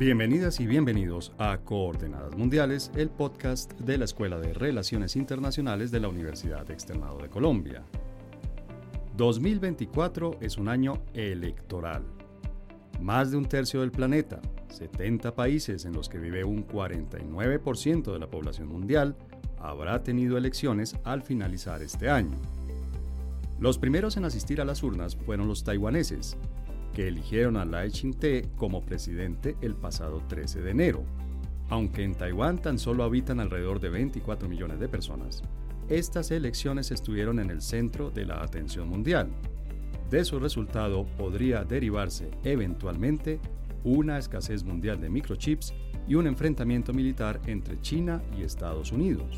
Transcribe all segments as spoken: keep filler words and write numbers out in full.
Bienvenidas y bienvenidos a Coordenadas Mundiales, el podcast de la Escuela de Relaciones Internacionales de la Universidad Externado de Colombia. dos mil veinticuatro es un año electoral. Más de un tercio del planeta, setenta países en los que vive un cuarenta y nueve por ciento de la población mundial, habrá tenido elecciones al finalizar este año. Los primeros en asistir a las urnas fueron los taiwaneses, que eligieron a Lai Ching-te como presidente el pasado trece de enero. Aunque en Taiwán tan solo habitan alrededor de veinticuatro millones de personas, estas elecciones estuvieron en el centro de la atención mundial. De su resultado podría derivarse eventualmente una escasez mundial de microchips y un enfrentamiento militar entre China y Estados Unidos.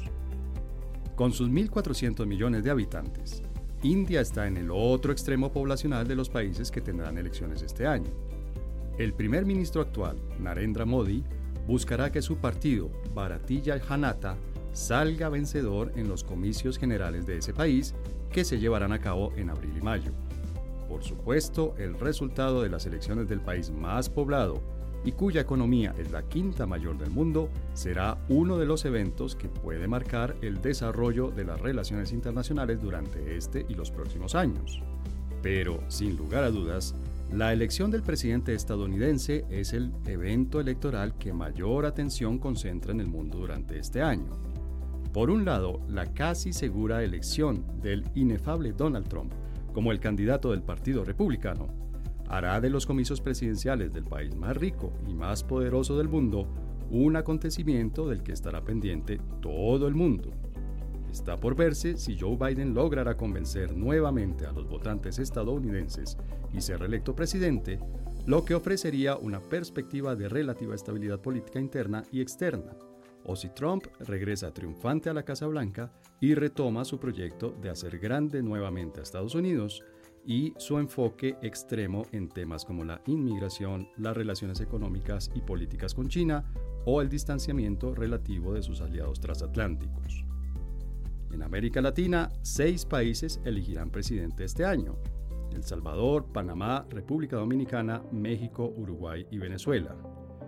Con sus mil cuatrocientos millones de habitantes, India está en el otro extremo poblacional de los países que tendrán elecciones este año. El primer ministro actual, Narendra Modi, buscará que su partido, Bharatiya Janata, salga vencedor en los comicios generales de ese país que se llevarán a cabo en abril y mayo. Por supuesto, el resultado de las elecciones del país más poblado y cuya economía es la quinta mayor del mundo, será uno de los eventos que puede marcar el desarrollo de las relaciones internacionales durante este y los próximos años. Pero, sin lugar a dudas, la elección del presidente estadounidense es el evento electoral que mayor atención concentra en el mundo durante este año. Por un lado, la casi segura elección del inefable Donald Trump como el candidato del Partido Republicano hará de los comicios presidenciales del país más rico y más poderoso del mundo un acontecimiento del que estará pendiente todo el mundo. Está por verse si Joe Biden logrará convencer nuevamente a los votantes estadounidenses y ser reelecto presidente, lo que ofrecería una perspectiva de relativa estabilidad política interna y externa, o si Trump regresa triunfante a la Casa Blanca y retoma su proyecto de hacer grande nuevamente a Estados Unidos y su enfoque extremo en temas como la inmigración, las relaciones económicas y políticas con China o el distanciamiento relativo de sus aliados transatlánticos. En América Latina, seis países elegirán presidente este año: El Salvador, Panamá, República Dominicana, México, Uruguay y Venezuela.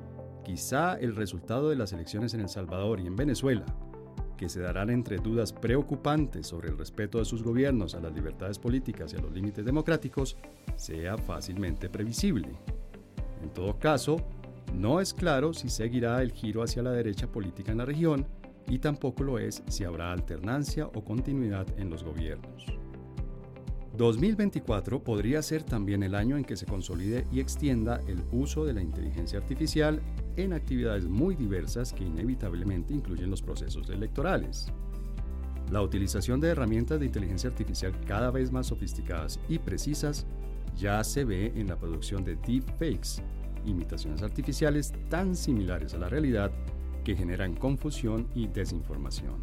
Quizá el resultado de las elecciones en El Salvador y en Venezuela, que se darán entre dudas preocupantes sobre el respeto de sus gobiernos a las libertades políticas y a los límites democráticos, sea fácilmente previsible. En todo caso, no es claro si seguirá el giro hacia la derecha política en la región y tampoco lo es si habrá alternancia o continuidad en los gobiernos. dos mil veinticuatro podría ser también el año en que se consolide y extienda el uso de la inteligencia artificial en actividades muy diversas que inevitablemente incluyen los procesos electorales. La utilización de herramientas de inteligencia artificial cada vez más sofisticadas y precisas ya se ve en la producción de deepfakes, imitaciones artificiales tan similares a la realidad que generan confusión y desinformación.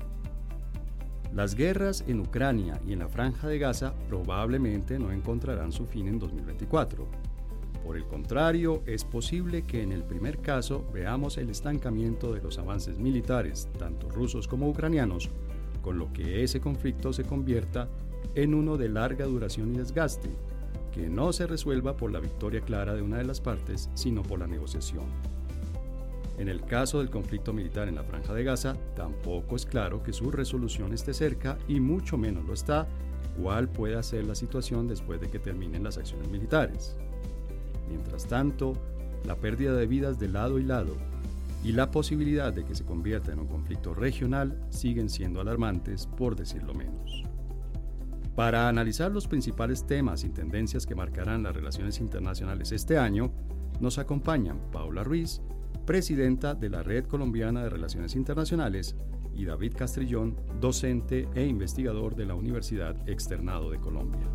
Las guerras en Ucrania y en la Franja de Gaza probablemente no encontrarán su fin en dos mil veinticuatro. Por el contrario, es posible que en el primer caso veamos el estancamiento de los avances militares, tanto rusos como ucranianos, con lo que ese conflicto se convierta en uno de larga duración y desgaste, que no se resuelva por la victoria clara de una de las partes, sino por la negociación. En el caso del conflicto militar en la Franja de Gaza, tampoco es claro que su resolución esté cerca y mucho menos lo está cuál pueda ser la situación después de que terminen las acciones militares. Mientras tanto, la pérdida de vidas de lado y lado y la posibilidad de que se convierta en un conflicto regional siguen siendo alarmantes, por decirlo menos. Para analizar los principales temas y tendencias que marcarán las relaciones internacionales este año, nos acompañan Paula Ruiz, presidenta de la Red Colombiana de Relaciones Internacionales, y David Castrillón, docente e investigador de la Universidad Externado de Colombia.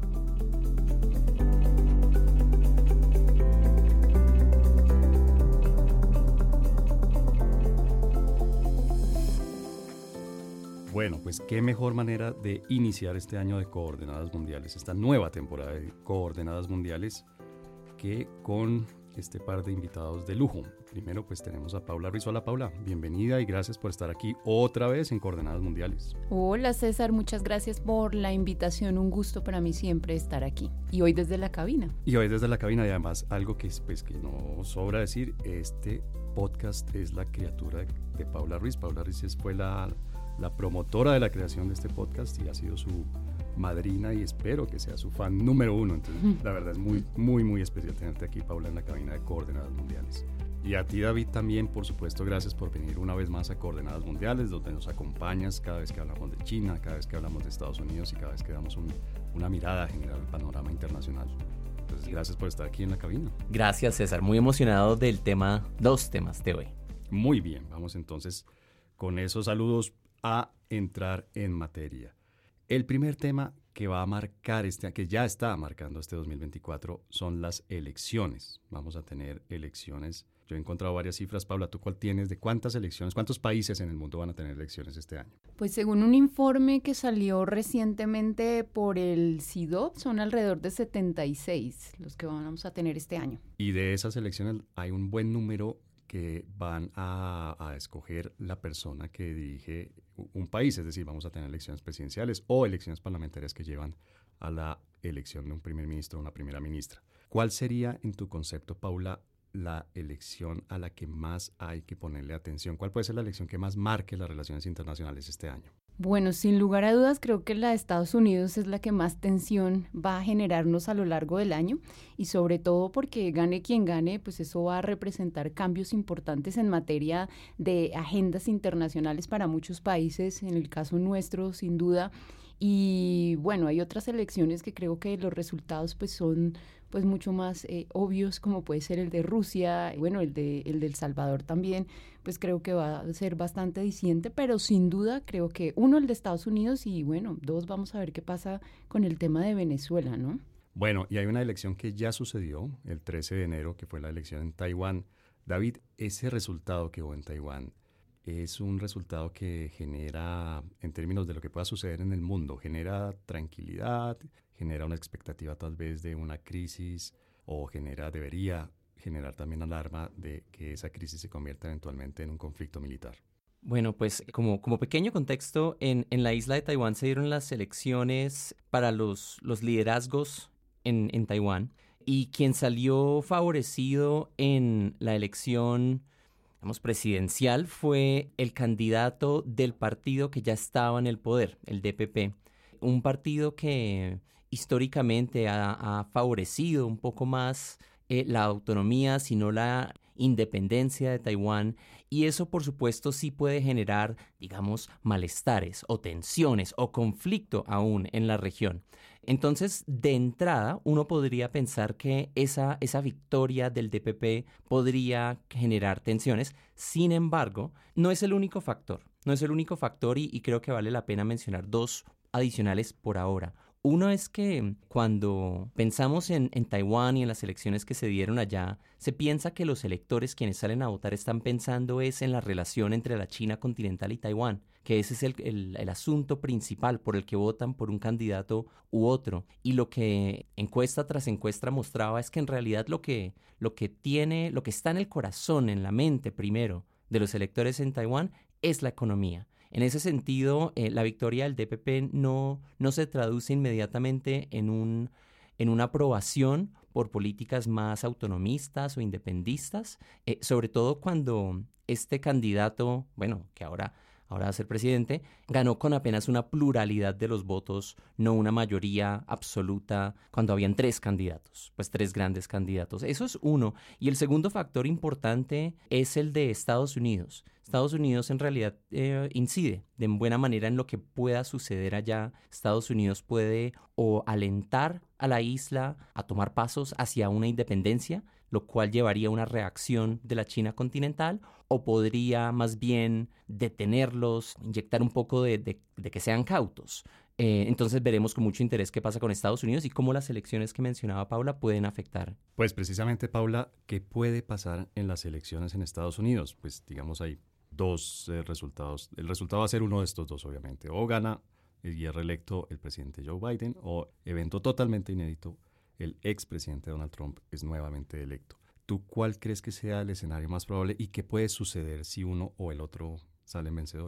Bueno, pues qué mejor manera de iniciar este año de Coordenadas Mundiales, esta nueva temporada de Coordenadas Mundiales, que con este par de invitados de lujo. Primero pues tenemos a Paula Ruiz. Hola Paula, bienvenida y gracias por estar aquí otra vez en Coordenadas Mundiales. Hola César, muchas gracias por la invitación, un gusto para mí siempre estar aquí. Y hoy desde la cabina. Y hoy desde la cabina y además algo que, pues, que no sobra decir, este podcast es la criatura de Paula Ruiz. Paula Ruiz fue la, la promotora de la creación de este podcast y ha sido su madrina y espero que sea su fan número uno. Entonces, la verdad es muy, muy, muy especial tenerte aquí, Paula, en la cabina de Coordenadas Mundiales. Y a ti, David, también, por supuesto, gracias por venir una vez más a Coordenadas Mundiales, donde nos acompañas cada vez que hablamos de China, cada vez que hablamos de Estados Unidos y cada vez que damos un, una mirada general al panorama internacional. Entonces, gracias por estar aquí en la cabina. Gracias, César. Muy emocionado del tema, dos temas de hoy. Muy bien, vamos entonces con esos saludos a entrar en materia. El primer tema que va a marcar, este, que ya está marcando este dos mil veinticuatro, son las elecciones. Vamos a tener elecciones. Yo he encontrado varias cifras. Paula, ¿tú cuál tienes? ¿De cuántas elecciones, cuántos países en el mundo van a tener elecciones este año? Pues según un informe que salió recientemente por el C I D O P, son alrededor de setenta y seis los que vamos a tener este año. Y de esas elecciones hay un buen número que van a, a escoger la persona que dirige un país, es decir, vamos a tener elecciones presidenciales o elecciones parlamentarias que llevan a la elección de un primer ministro o una primera ministra. ¿Cuál sería, en tu concepto, Paula, la elección a la que más hay que ponerle atención? ¿Cuál puede ser la elección que más marque las relaciones internacionales este año? Bueno, sin lugar a dudas, creo que la de Estados Unidos es la que más tensión va a generarnos a lo largo del año y sobre todo porque gane quien gane, pues eso va a representar cambios importantes en materia de agendas internacionales para muchos países, en el caso nuestro, sin duda. Y bueno, hay otras elecciones que creo que los resultados pues son pues mucho más eh, obvios, como puede ser el de Rusia, bueno, el de el de El Salvador también, pues creo que va a ser bastante diciente, pero sin duda creo que uno, el de Estados Unidos y bueno, dos, vamos a ver qué pasa con el tema de Venezuela, ¿no? Bueno, y hay una elección que ya sucedió el trece de enero, que fue la elección en Taiwán. David, ese resultado que hubo en Taiwán es un resultado que genera, en términos de lo que pueda suceder en el mundo, genera tranquilidad, genera una expectativa tal vez de una crisis o genera, debería generar también alarma de que esa crisis se convierta eventualmente en un conflicto militar. Bueno, pues como, como pequeño contexto, en, en la isla de Taiwán se dieron las elecciones para los, los liderazgos en, en Taiwán y quien salió favorecido en la elección, digamos, presidencial fue el candidato del partido que ya estaba en el poder, el D P P, un partido que históricamente ha, ha favorecido un poco más eh, la autonomía, sino la independencia de Taiwán, y eso por supuesto sí puede generar, digamos, malestares o tensiones o conflicto aún en la región. Entonces, de entrada, uno podría pensar que esa, esa victoria del D P P podría generar tensiones. Sin embargo, no es el único factor. No es el único factor y, y creo que vale la pena mencionar dos adicionales por ahora. Uno es que cuando pensamos en, en Taiwán y en las elecciones que se dieron allá, se piensa que los electores quienes salen a votar están pensando es en la relación entre la China continental y Taiwán, que ese es el, el, el asunto principal por el que votan por un candidato u otro. Y lo que encuesta tras encuesta mostraba es que en realidad lo que, lo que tiene, lo que está en el corazón, en la mente primero de los electores en Taiwán es la economía. En ese sentido, eh, la victoria del D P P no, no se traduce inmediatamente en, un, en una aprobación por políticas más autonomistas o independistas, eh, sobre todo cuando este candidato, bueno, que ahora, ahora va a ser presidente, ganó con apenas una pluralidad de los votos, no una mayoría absoluta, cuando habían tres candidatos, pues tres grandes candidatos. Eso es uno. Y el segundo factor importante es el de Estados Unidos. Estados Unidos en realidad eh, incide de buena manera en lo que pueda suceder allá. Estados Unidos puede o alentar a la isla a tomar pasos hacia una independencia, lo cual llevaría a una reacción de la China continental, o podría más bien detenerlos, inyectar un poco de, de, de que sean cautos. Eh, entonces veremos con mucho interés qué pasa con Estados Unidos y cómo las elecciones que mencionaba Paula pueden afectar. Pues precisamente, Paula, ¿qué puede pasar en las elecciones en Estados Unidos? Pues digamos hay dos eh, resultados. El resultado va a ser uno de estos dos, obviamente. O gana y es reelecto el presidente Joe Biden, o, evento totalmente inédito, el expresidente Donald Trump es nuevamente electo. ¿Tú cuál crees que sea el escenario más probable y qué puede suceder si uno o el otro salen vencedores?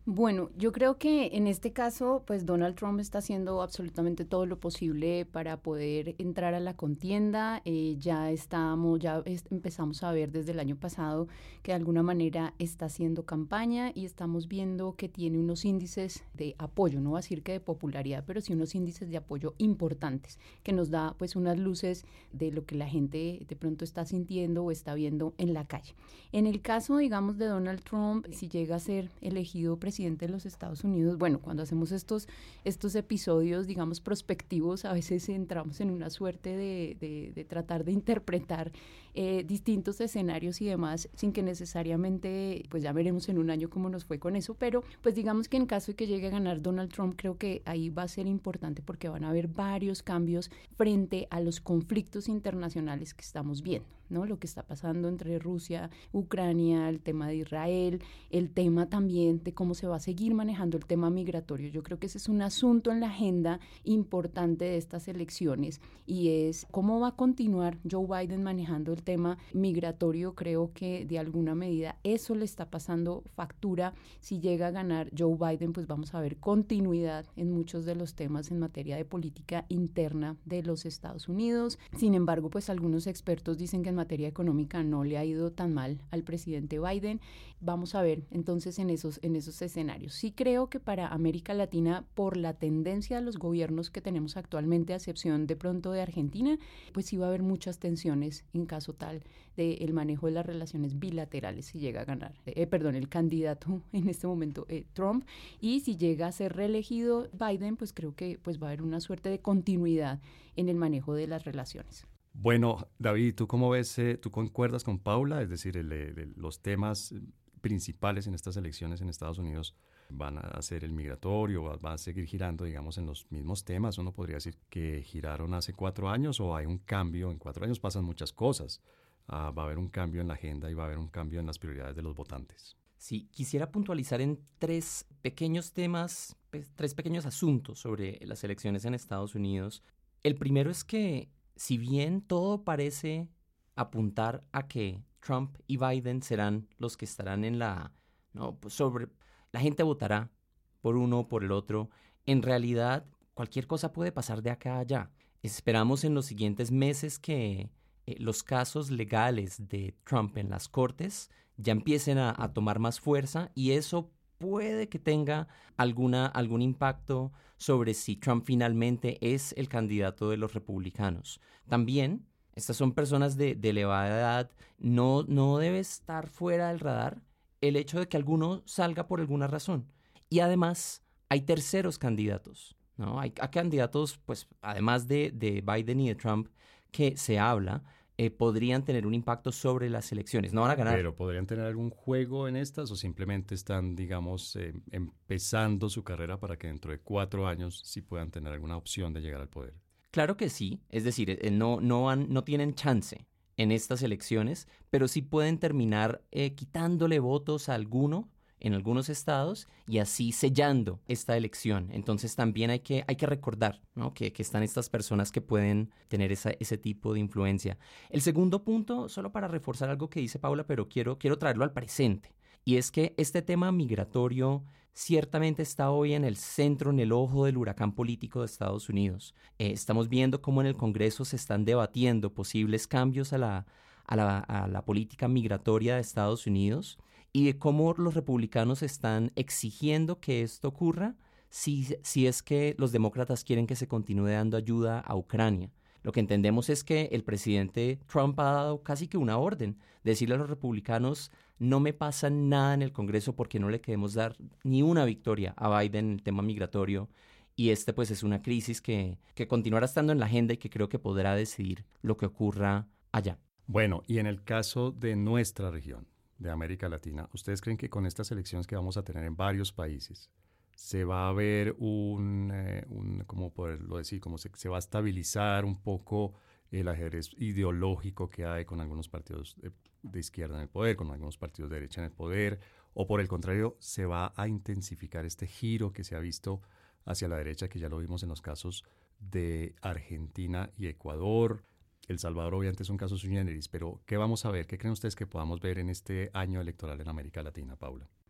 Bueno, yo creo que en este caso, pues Donald Trump está haciendo absolutamente todo lo posible para poder entrar a la contienda. Eh, ya estamos, ya es, empezamos a ver desde el año pasado que de alguna manera está haciendo campaña y estamos viendo que tiene unos índices de apoyo, no voy a decir que de popularidad, pero sí unos índices de apoyo importantes, que nos da pues unas luces de lo que la gente de pronto está sintiendo o está viendo en la calle. En el caso, digamos, de Donald Trump, si llega a ser elegido presidente de los Estados Unidos, bueno, cuando hacemos estos, estos episodios, digamos, prospectivos, a veces entramos en una suerte de, de, de tratar de interpretar eh, distintos escenarios y demás, sin que necesariamente, pues ya veremos en un año cómo nos fue con eso, pero pues digamos que en caso de que llegue a ganar Donald Trump, creo que ahí va a ser importante porque van a haber varios cambios frente a los conflictos internacionales que estamos viendo, ¿no? Lo que está pasando entre Rusia, Ucrania, el tema de Israel, el tema también de cómo se va a seguir manejando el tema migratorio. Yo creo que ese es un asunto en la agenda importante de estas elecciones y es cómo va a continuar Joe Biden manejando el tema migratorio. Creo que de alguna medida eso le está pasando factura. Si llega a ganar Joe Biden, pues vamos a ver continuidad en muchos de los temas en materia de política interna de los Estados Unidos. Sin embargo, pues algunos expertos dicen que en materia económica no le ha ido tan mal al presidente Biden. Vamos a ver entonces en esos, en esos escenarios. Sí creo que para América Latina, por la tendencia de los gobiernos que tenemos actualmente, a excepción de pronto de Argentina, pues sí va a haber muchas tensiones en caso tal del manejo de las relaciones bilaterales si llega a ganar, eh, perdón, el candidato en este momento, eh, Trump, y si llega a ser reelegido Biden, pues creo que pues va a haber una suerte de continuidad en el manejo de las relaciones. Bueno, David, ¿tú cómo ves, eh, tú concuerdas con Paula? Es decir, el, el, los temas principales en estas elecciones en Estados Unidos van a ser el migratorio, va, va a seguir girando, digamos, en los mismos temas. Uno podría decir que giraron hace cuatro años o hay un cambio. En cuatro años pasan muchas cosas. Uh, va a haber un cambio en la agenda y va a haber un cambio en las prioridades de los votantes. Sí, quisiera puntualizar en tres pequeños temas, pues, tres pequeños asuntos sobre las elecciones en Estados Unidos. El primero es que, si bien todo parece apuntar a que Trump y Biden serán los que estarán en la, no, pues sobre, la gente votará por uno o por el otro, en realidad cualquier cosa puede pasar de acá a allá. Esperamos en los siguientes meses que eh, los casos legales de Trump en las cortes ya empiecen a, a tomar más fuerza y eso puede que tenga alguna, algún impacto sobre si Trump finalmente es el candidato de los republicanos. También, estas son personas de, de elevada edad, no, no debe estar fuera del radar el hecho de que alguno salga por alguna razón. Y además, hay terceros candidatos, ¿no? Hay, hay candidatos, pues, además de, de Biden y de Trump, que se habla, Eh, podrían tener un impacto sobre las elecciones. No van a ganar. ¿Pero podrían tener algún juego en estas o simplemente están, digamos, eh, empezando su carrera para que dentro de cuatro años sí puedan tener alguna opción de llegar al poder? Claro que sí. Es decir, eh, no, no, van, no tienen chance en estas elecciones, pero sí pueden terminar eh, quitándole votos a alguno en algunos estados y así sellando esta elección. Entonces también hay que, hay que recordar, ¿no? que, que están estas personas que pueden tener esa, ese tipo de influencia. El segundo punto, solo para reforzar algo que dice Paula, pero quiero, quiero traerlo al presente, y es que este tema migratorio ciertamente está hoy en el centro, en el ojo del huracán político de Estados Unidos. Eh, estamos viendo cómo en el Congreso se están debatiendo posibles cambios a la, a la, a la política migratoria de Estados Unidos, y de cómo los republicanos están exigiendo que esto ocurra si, si es que los demócratas quieren que se continúe dando ayuda a Ucrania. Lo que entendemos es que el presidente Trump ha dado casi que una orden, decirle a los republicanos, no me pasa nada en el Congreso porque no le queremos dar ni una victoria a Biden en el tema migratorio, y este pues es una crisis que, que continuará estando en la agenda y que creo que podrá decidir lo que ocurra allá. Bueno, y en el caso de nuestra región, de América Latina, ¿ustedes creen que con estas elecciones que vamos a tener en varios países se va a ver un, eh, un ¿cómo poderlo decir? Como se, se va a estabilizar un poco el ajedrez ideológico que hay con algunos partidos de, de izquierda en el poder, con algunos partidos de derecha en el poder, o por el contrario, se va a intensificar este giro que se ha visto hacia la derecha, que ya lo vimos en los casos de Argentina y Ecuador? El Salvador obviamente es un caso sui generis, pero ¿qué vamos a ver? ¿Qué creen ustedes que podamos ver en este año electoral en América Latina, Paula?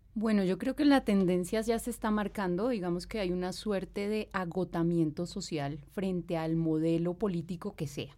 Bueno, yo creo que la tendencia ya se está marcando, digamos que hay una suerte de agotamiento social frente al modelo político que sea.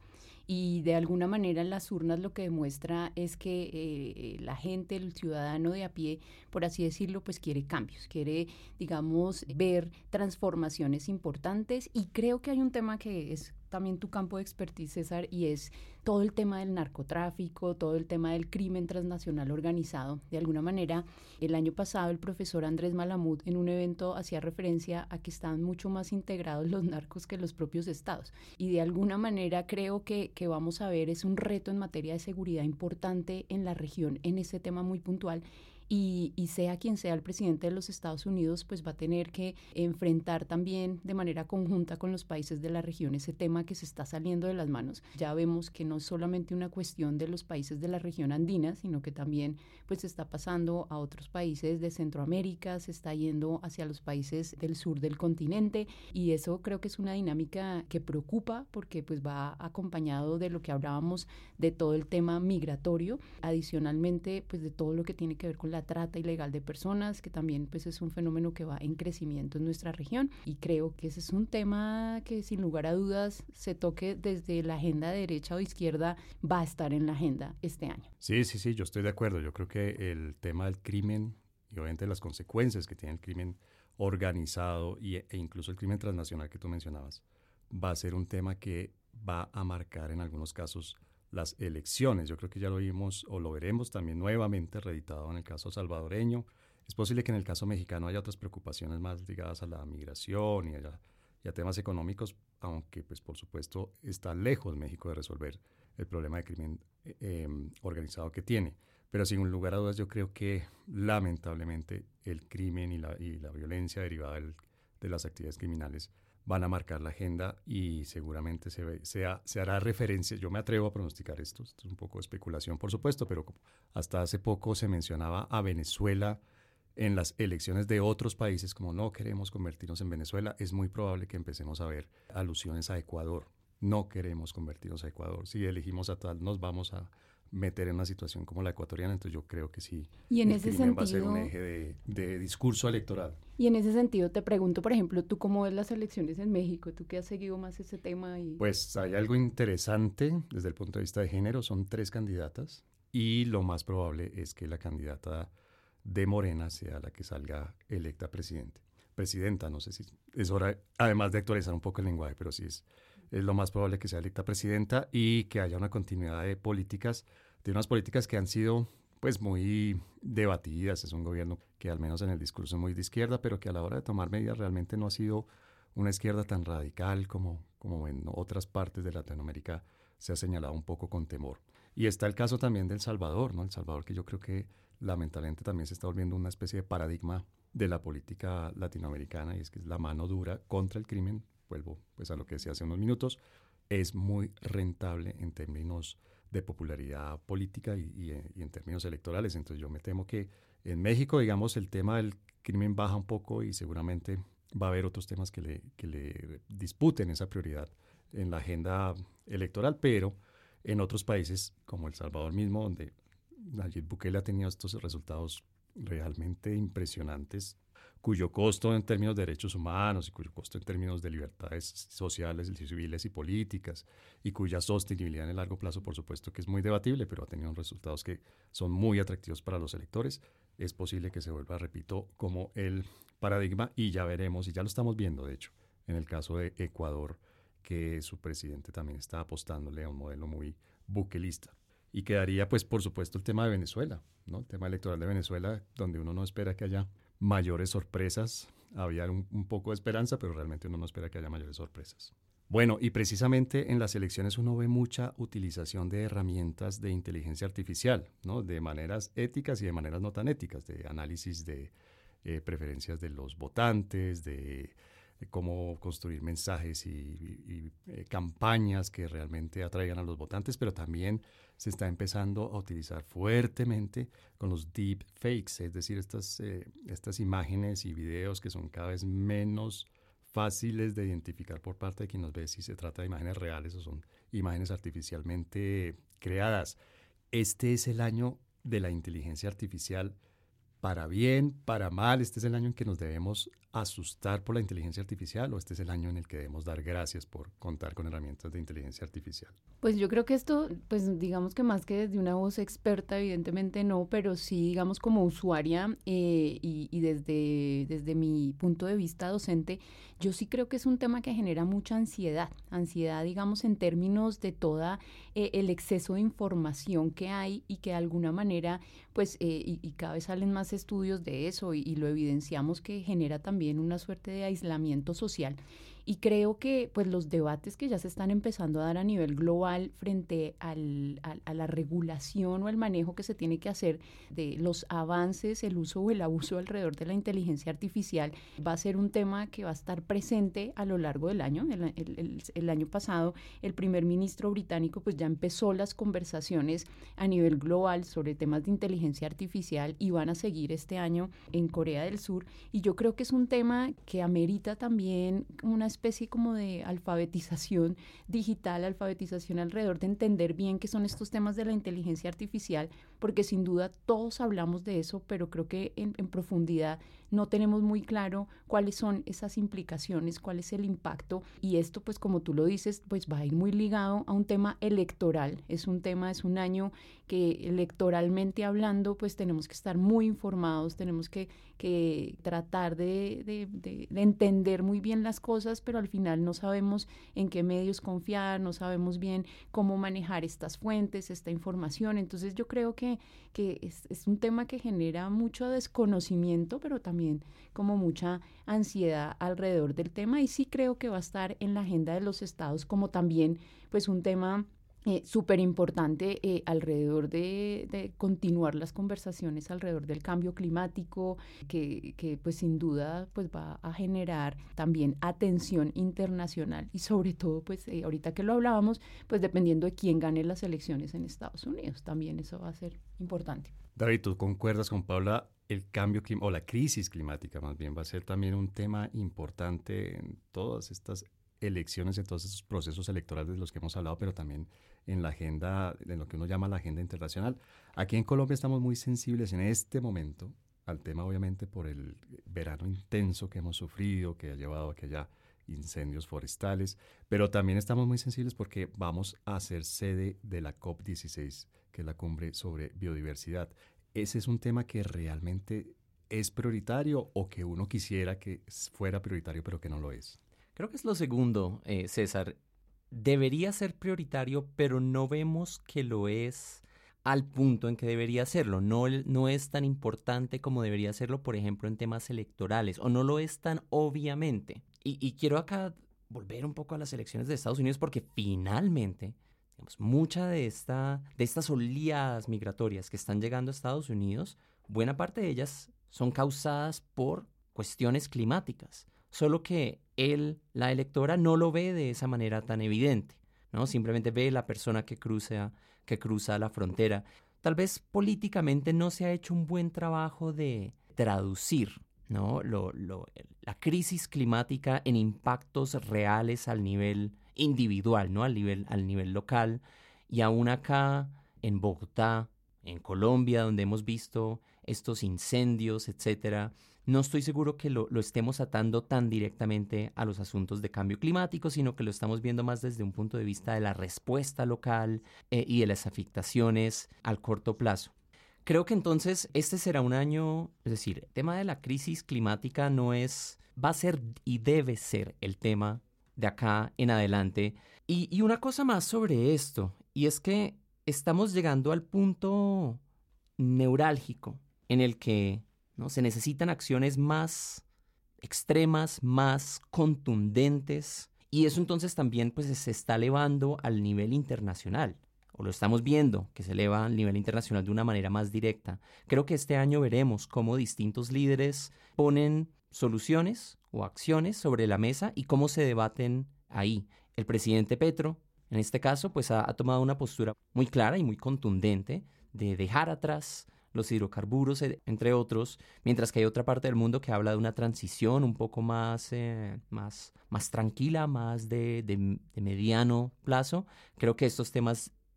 Y de alguna manera en las urnas lo que demuestra es que eh, la gente, el ciudadano de a pie, por así decirlo, pues quiere cambios, quiere, digamos, ver transformaciones importantes. Y creo que hay un tema que es también tu campo de expertise, César, y es todo el tema del narcotráfico, todo el tema del crimen transnacional organizado. De alguna manera, el año pasado el profesor Andrés Malamud en un evento hacía referencia a que estaban mucho más integrados los narcos que los propios estados. Y de alguna manera creo que, que vamos a ver es un reto en materia de seguridad importante en la región, en ese tema muy puntual. Y, y sea quien sea el presidente de los Estados Unidos, pues va a tener que enfrentar también de manera conjunta con los países de la región ese tema que se está saliendo de las manos. Ya vemos que no es solamente una cuestión de los países de la región andina, sino que también pues se está pasando a otros países de Centroamérica, se está yendo hacia los países del sur del continente, y eso creo que es una dinámica que preocupa porque pues va acompañado de lo que hablábamos de todo el tema migratorio, adicionalmente pues de todo lo que tiene que ver con la trata ilegal de personas, que también pues es un fenómeno que va en crecimiento en nuestra región, y creo que ese es un tema que sin lugar a dudas se toque desde la agenda derecha o izquierda, va a estar en la agenda este año. Sí, sí, sí, yo estoy de acuerdo. Yo creo que el tema del crimen y obviamente las consecuencias que tiene el crimen organizado y, e incluso el crimen transnacional que tú mencionabas, va a ser un tema que va a marcar en algunos casos las elecciones. Yo creo que ya lo vimos o lo veremos también nuevamente reeditado en el caso salvadoreño. Es posible que en el caso mexicano haya otras preocupaciones más ligadas a la migración y a, y a temas económicos, aunque pues por supuesto está lejos México de resolver el problema de crimen eh, organizado que tiene. Pero sin lugar a dudas yo creo que lamentablemente el crimen y la, y la violencia derivada del, de las actividades criminales van a marcar la agenda y seguramente se, ve, se, ha, se hará referencia, yo me atrevo a pronosticar esto, esto es un poco de especulación por supuesto, pero hasta hace poco se mencionaba a Venezuela en las elecciones de otros países como no queremos convertirnos en Venezuela. Es muy probable que empecemos a ver alusiones a Ecuador. No queremos convertirnos a Ecuador. Si elegimos a tal, nos vamos a meter en una situación como la ecuatoriana, entonces yo creo que sí, y en el ese crimen sentido, va a ser un eje de, de discurso electoral. Y en ese sentido te pregunto, por ejemplo, ¿tú cómo ves las elecciones en México? ¿Tú que has seguido más ese tema? Y... Pues hay algo interesante desde el punto de vista de género, son tres candidatas y lo más probable es que la candidata de Morena sea la que salga electa presidente. Presidenta, no sé si es hora, además de actualizar un poco el lenguaje, pero sí es, es lo más probable que sea electa presidenta y que haya una continuidad de políticas, de unas políticas que han sido pues muy debatidas. Es un gobierno que al menos en el discurso es muy de izquierda, pero que a la hora de tomar medidas realmente no ha sido una izquierda tan radical como, como en otras partes de Latinoamérica se ha señalado un poco con temor. Y está el caso también de El Salvador, ¿no? El Salvador, que yo creo que lamentablemente también se está volviendo una especie de paradigma de la política latinoamericana, y es que es la mano dura contra el crimen. Vuelvo pues a lo que decía hace unos minutos, es muy rentable en términos de popularidad política y, y, y en términos electorales. Entonces yo me temo que en México, digamos, el tema del crimen baja un poco y seguramente va a haber otros temas que le, que le disputen esa prioridad en la agenda electoral, pero en otros países como El Salvador mismo, donde Nayib Bukele ha tenido estos resultados realmente impresionantes, cuyo costo en términos de derechos humanos y cuyo costo en términos de libertades sociales, civiles y políticas, y cuya sostenibilidad en el largo plazo, por supuesto que es muy debatible, pero ha tenido resultados que son muy atractivos para los electores. Es posible que se vuelva, repito, como el paradigma, y ya veremos, y ya lo estamos viendo, de hecho, en el caso de Ecuador, que su presidente también está apostándole a un modelo muy bukelista. Y quedaría, pues, por supuesto, el tema de Venezuela, ¿no? El tema electoral de Venezuela, donde uno no espera que haya mayores sorpresas. Había un, un poco de esperanza, pero realmente uno no espera que haya mayores sorpresas. Bueno, y precisamente en las elecciones uno ve mucha utilización de herramientas de inteligencia artificial, ¿no? De maneras éticas y de maneras no tan éticas, de análisis de eh, preferencias de los votantes, de cómo construir mensajes y, y, y eh, campañas que realmente atraigan a los votantes, pero también se está empezando a utilizar fuertemente con los deep fakes, es decir, estas, eh, estas imágenes y videos que son cada vez menos fáciles de identificar por parte de quien nos ve si se trata de imágenes reales o son imágenes artificialmente creadas. Este es el año de la inteligencia artificial para bien, para mal, este es el año en que nos debemos asustar por la inteligencia artificial o este es el año en el que debemos dar gracias por contar con herramientas de inteligencia artificial? Pues yo creo que esto, pues digamos que más que desde una voz experta, evidentemente no, pero sí, digamos, como usuaria eh, y, y desde, desde mi punto de vista docente, yo sí creo que es un tema que genera mucha ansiedad, ansiedad, digamos, en términos de toda eh, el exceso de información que hay y que de alguna manera, pues, eh, y, y cada vez salen más estudios de eso y, y lo evidenciamos que genera también una suerte de aislamiento social. Y creo que pues los debates que ya se están empezando a dar a nivel global frente al, a, a la regulación o el manejo que se tiene que hacer de los avances, el uso o el abuso alrededor de la inteligencia artificial va a ser un tema que va a estar presente a lo largo del año. El, el, el, el año pasado el primer ministro británico pues ya empezó las conversaciones a nivel global sobre temas de inteligencia artificial y van a seguir este año en Corea del Sur. Y yo creo que es un tema que amerita también una especie como de alfabetización digital, alfabetización alrededor de entender bien qué son estos temas de la inteligencia artificial, porque sin duda todos hablamos de eso, pero creo que en, en profundidad no tenemos muy claro cuáles son esas implicaciones, cuál es el impacto, y esto pues como tú lo dices, pues va a ir muy ligado a un tema electoral, es un tema, es un año que electoralmente hablando pues tenemos que estar muy informados, tenemos que, que tratar de, de, de, de entender muy bien las cosas, pero al final no sabemos en qué medios confiar, no sabemos bien cómo manejar estas fuentes, esta información, entonces yo creo que, que es, es un tema que genera mucho desconocimiento, pero también como mucha ansiedad alrededor del tema y sí creo que va a estar en la agenda de los estados como también pues un tema eh, súper importante eh, alrededor de, de continuar las conversaciones alrededor del cambio climático que, que pues sin duda pues va a generar también atención internacional y sobre todo pues eh, ahorita que lo hablábamos pues dependiendo de quién gane las elecciones en Estados Unidos también eso va a ser importante. David, ¿tú concuerdas con Paula? El cambio climático, o la crisis climática más bien, va a ser también un tema importante en todas estas elecciones, en todos estos procesos electorales de los que hemos hablado, pero también en la agenda, en lo que uno llama la agenda internacional. Aquí en Colombia estamos muy sensibles en este momento al tema, obviamente, por el verano intenso que hemos sufrido, que ha llevado a que haya incendios forestales, pero también estamos muy sensibles porque vamos a ser sede de la COP dieciséis, que es la cumbre sobre biodiversidad. ¿Ese es un tema que realmente es prioritario o que uno quisiera que fuera prioritario pero que no lo es? Creo que es lo segundo, eh, César. Debería ser prioritario, pero no vemos que lo es al punto en que debería serlo. No, no es tan importante como debería serlo, por ejemplo, en temas electorales, o no lo es tan obviamente. Y, y quiero acá volver un poco a las elecciones de Estados Unidos porque finalmente... Mucha de, esta, de estas oleadas migratorias que están llegando a Estados Unidos, buena parte de ellas son causadas por cuestiones climáticas, solo que él, la electora, no lo ve de esa manera tan evidente, ¿no? Simplemente ve la persona que cruza, que cruza la frontera. Tal vez políticamente no se ha hecho un buen trabajo de traducir, ¿no? lo, lo, la crisis climática en impactos reales al nivel individual, ¿no? Al nivel, al nivel local. Y aún acá, en Bogotá, en Colombia, donde hemos visto estos incendios, etcétera, no estoy seguro que lo, lo estemos atando tan directamente a los asuntos de cambio climático, sino que lo estamos viendo más desde un punto de vista de la respuesta local eh, y de las afectaciones al corto plazo. Creo que entonces este será un año, es decir, el tema de la crisis climática no es, va a ser y debe ser el tema de acá en adelante. Y, y una cosa más sobre esto, y es que estamos llegando al punto neurálgico en el que, ¿no?, se necesitan acciones más extremas, más contundentes, y eso entonces también pues, se está elevando al nivel internacional, o lo estamos viendo, que se eleva al nivel internacional de una manera más directa. Creo que este año veremos cómo distintos líderes ponen soluciones o acciones sobre la mesa y cómo se debaten ahí. El presidente Petro, en este caso, pues ha, ha tomado una postura muy clara y muy contundente de dejar atrás los hidrocarburos, entre otros, mientras que hay otra parte del mundo que habla de una transición un poco más, eh, más, más tranquila, más de, de, de mediano plazo. Creo que estos temas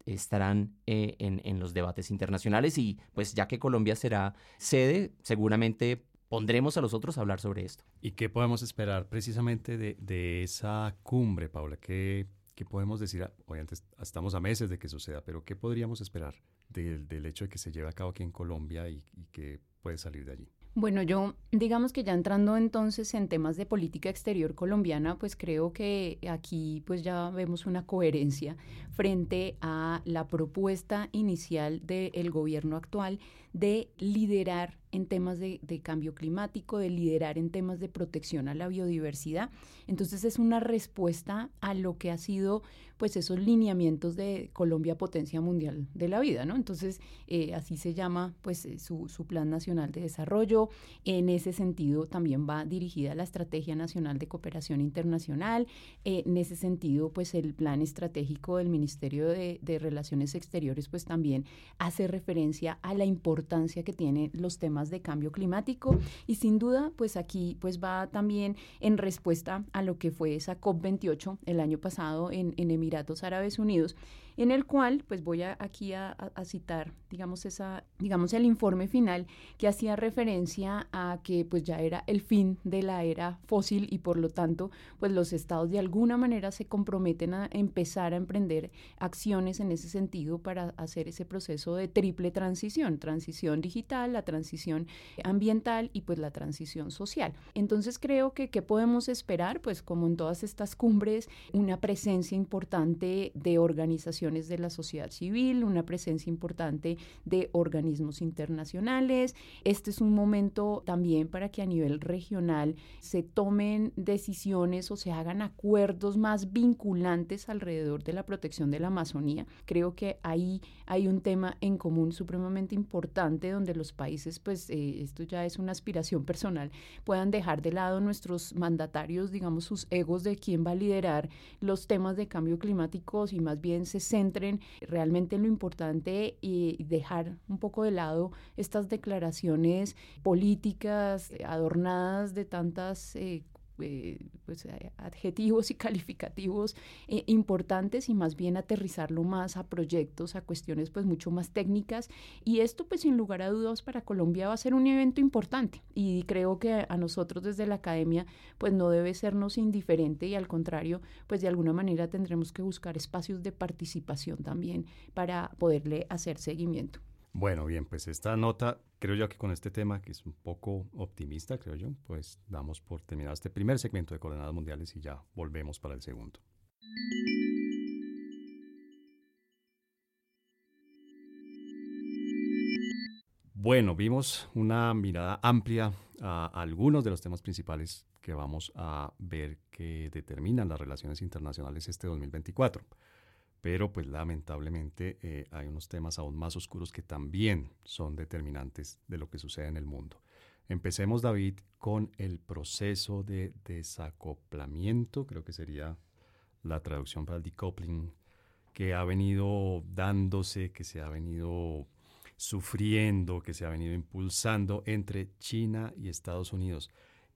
estarán eh, en, en los debates internacionales y pues ya que Colombia será sede, seguramente pondremos a los otros a hablar sobre esto. ¿Y qué podemos esperar precisamente de, de esa cumbre, Paula? ¿Qué, qué podemos decir? Obviamente estamos a meses de que suceda, pero ¿qué podríamos esperar del, del hecho de que se lleve a cabo aquí en Colombia y, y qué puede salir de allí? Bueno, yo digamos que ya entrando entonces en temas de política exterior colombiana, pues creo que aquí pues ya vemos una coherencia frente a la propuesta inicial del gobierno actual de liderar en temas de, de cambio climático, de liderar en temas de protección a la biodiversidad. Entonces es una respuesta a lo que ha sido pues esos lineamientos de Colombia Potencia Mundial de la Vida, ¿no? Entonces eh, así se llama pues su, su Plan Nacional de Desarrollo. En ese sentido también va dirigida la Estrategia Nacional de Cooperación Internacional. Eh, en ese sentido pues el Plan Estratégico del Ministerio de, de Relaciones Exteriores pues también hace referencia a la importancia que tienen los temas de cambio climático y sin duda pues aquí pues va también en respuesta a lo que fue esa COP veintiocho el año pasado en, en Emiratos Árabes Unidos, en el cual pues voy a, aquí a, a citar digamos esa digamos el informe final que hacía referencia a que pues ya era el fin de la era fósil y por lo tanto pues los estados de alguna manera se comprometen a empezar a emprender acciones en ese sentido para hacer ese proceso de triple transición, transición digital, la transición ambiental y pues la transición social. Entonces creo que ¿qué podemos esperar? Pues como en todas estas cumbres, una presencia importante de organizaciones de la sociedad civil, una presencia importante de organismos internacionales. Este es un momento también para que a nivel regional se tomen decisiones o se hagan acuerdos más vinculantes alrededor de la protección de la Amazonía. Creo que ahí hay un tema en común supremamente importante donde los países, pues eh, esto ya es una aspiración personal, puedan dejar de lado nuestros mandatarios, digamos, sus egos de quién va a liderar los temas de cambio climático y más bien se centren realmente en lo importante y dejar un poco de lado estas declaraciones políticas adornadas de tantas eh, Eh, pues, adjetivos y calificativos eh, importantes y más bien aterrizarlo más a proyectos, a cuestiones pues mucho más técnicas y esto pues sin lugar a dudas para Colombia va a ser un evento importante y creo que a nosotros desde la academia pues no debe sernos indiferente y al contrario pues de alguna manera tendremos que buscar espacios de participación también para poderle hacer seguimiento. Bueno, bien, pues esta nota, creo yo que con este tema, que es un poco optimista, creo yo, pues damos por terminado este primer segmento de Coordenadas Mundiales y ya volvemos para el segundo. Bueno, vimos una mirada amplia a algunos de los temas principales que vamos a ver que determinan las relaciones internacionales este dos mil veinticuatro. Pero pues lamentablemente eh, hay unos temas aún más oscuros que también son determinantes de lo que sucede en el mundo. Empecemos, David, con el proceso de desacoplamiento, creo que sería la traducción para el decoupling, que ha venido dándose, que se ha venido sufriendo, que se ha venido impulsando entre China y Estados Unidos.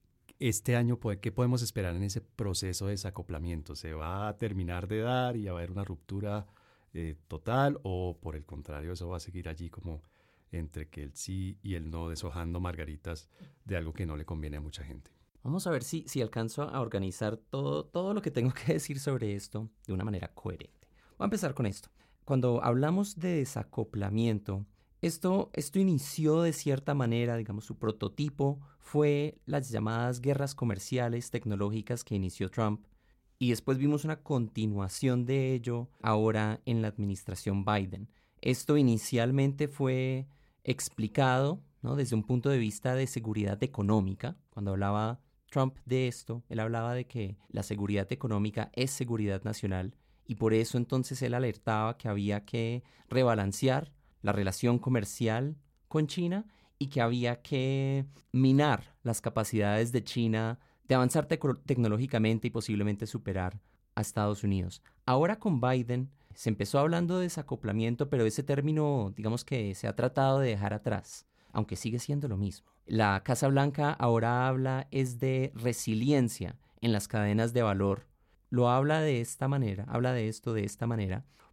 Este año, ¿qué podemos esperar en ese proceso de desacoplamiento? ¿Se va a terminar de dar y va a haber una ruptura eh, total o por el contrario eso va a seguir allí como entre que el sí y el no, deshojando margaritas de algo que no le conviene a mucha gente? Vamos a ver si, si alcanzo a organizar todo, todo lo que tengo que decir sobre esto de una manera coherente. Voy a empezar con esto. Cuando hablamos de desacoplamiento, Esto, esto inició de cierta manera, digamos, su prototipo fue las llamadas guerras comerciales tecnológicas que inició Trump y después vimos una continuación de ello ahora en la administración Biden. Esto inicialmente fue explicado, ¿no?, desde un punto de vista de seguridad económica. Cuando hablaba Trump de esto, él hablaba de que la seguridad económica es seguridad nacional y por eso entonces él alertaba que había que rebalancear la relación comercial con China y que había que minar las capacidades de China de avanzar te- tecnológicamente y posiblemente superar a Estados Unidos. Ahora con Biden se empezó hablando de desacoplamiento, pero ese término, digamos que se ha tratado de dejar atrás, aunque sigue siendo lo mismo. La Casa Blanca ahora habla es de resiliencia en las cadenas de valor. Lo habla de esta manera, habla de esto de esta manera,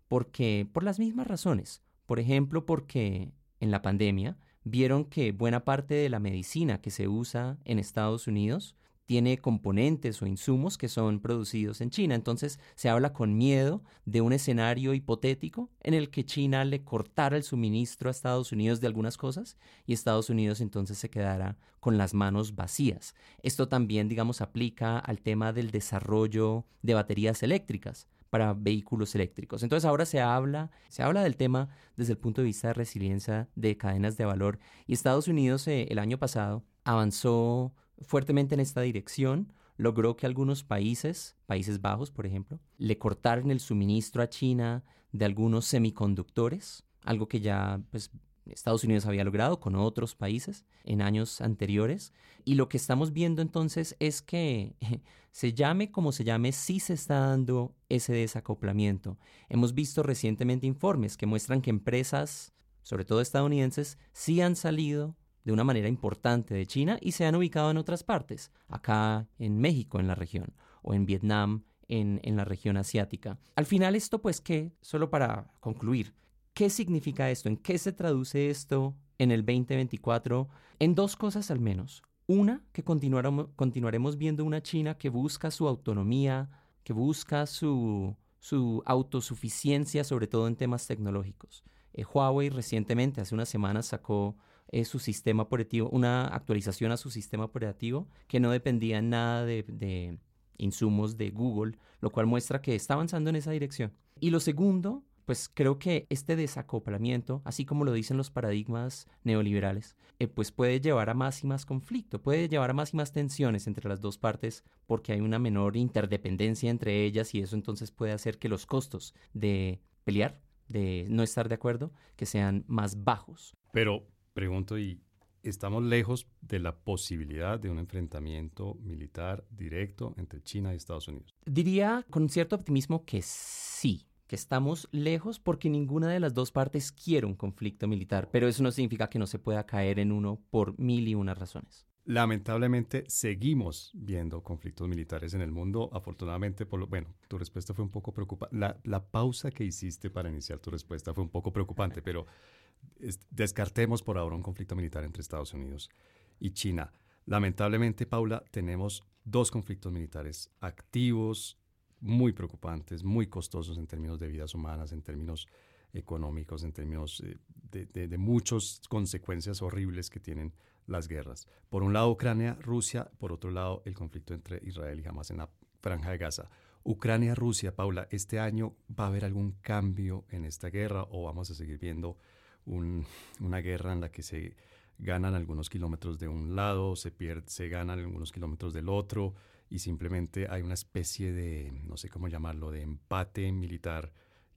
porque, por las mismas razones. Por ejemplo, porque en la pandemia vieron que buena parte de la medicina que se usa en Estados Unidos tiene componentes o insumos que son producidos en China. Entonces se habla con miedo de un escenario hipotético en el que China le cortara el suministro a Estados Unidos de algunas cosas y Estados Unidos entonces se quedara con las manos vacías. Esto también, digamos, aplica al tema del desarrollo de baterías eléctricas para vehículos eléctricos. Entonces ahora se habla, se habla del tema desde el punto de vista de resiliencia de cadenas de valor y Estados Unidos eh, el año pasado avanzó fuertemente en esta dirección, logró que algunos países, Países Bajos por ejemplo, le cortaran el suministro a China de algunos semiconductores, algo que ya pues, Estados Unidos había logrado con otros países en años anteriores. Y lo que estamos viendo entonces es que se llame como se llame, sí se está dando ese desacoplamiento. Hemos visto recientemente informes que muestran que empresas, sobre todo estadounidenses, sí han salido de una manera importante de China y se han ubicado en otras partes, acá en México en la región o en Vietnam en, en la región asiática. Al final esto pues ¿qué? Solo para concluir, ¿qué significa esto? ¿En qué se traduce esto en el veinte veinticuatro? En dos cosas al menos. Una, que continuaremos, continuaremos viendo una China que busca su autonomía, que busca su, su autosuficiencia, sobre todo en temas tecnológicos. Eh, Huawei recientemente, hace unas semanas, sacó eh, su sistema operativo, una actualización a su sistema operativo que no dependía nada de, de insumos de Google, lo cual muestra que está avanzando en esa dirección. Y lo segundo, pues creo que este desacoplamiento, así como lo dicen los paradigmas neoliberales, eh, pues puede llevar a más y más conflicto, puede llevar a más y más tensiones entre las dos partes porque hay una menor interdependencia entre ellas y eso entonces puede hacer que los costos de pelear, de no estar de acuerdo, que sean más bajos. Pero pregunto, ¿y estamos lejos de la posibilidad de un enfrentamiento militar directo entre China y Estados Unidos? Diría con cierto optimismo que sí, que estamos lejos porque ninguna de las dos partes quiere un conflicto militar, pero eso no significa que no se pueda caer en uno por mil y unas razones. Lamentablemente seguimos viendo conflictos militares en el mundo. Afortunadamente, por lo, bueno, tu respuesta fue un poco preocupante. La, la pausa que hiciste para iniciar tu respuesta fue un poco preocupante, pero es, descartemos por ahora un conflicto militar entre Estados Unidos y China. Lamentablemente, Paula, tenemos dos conflictos militares activos, muy preocupantes, muy costosos en términos de vidas humanas, en términos económicos, en términos eh, de, de, de muchas consecuencias horribles que tienen las guerras. Por un lado Ucrania, Rusia, por otro lado el conflicto entre Israel y Hamas en la Franja de Gaza. Ucrania, Rusia, Paula, ¿este año va a haber algún cambio en esta guerra o vamos a seguir viendo un, una guerra en la que se ganan algunos kilómetros de un lado, se, pierde, se ganan algunos kilómetros del otro y simplemente hay una especie de, no sé cómo llamarlo, de empate militar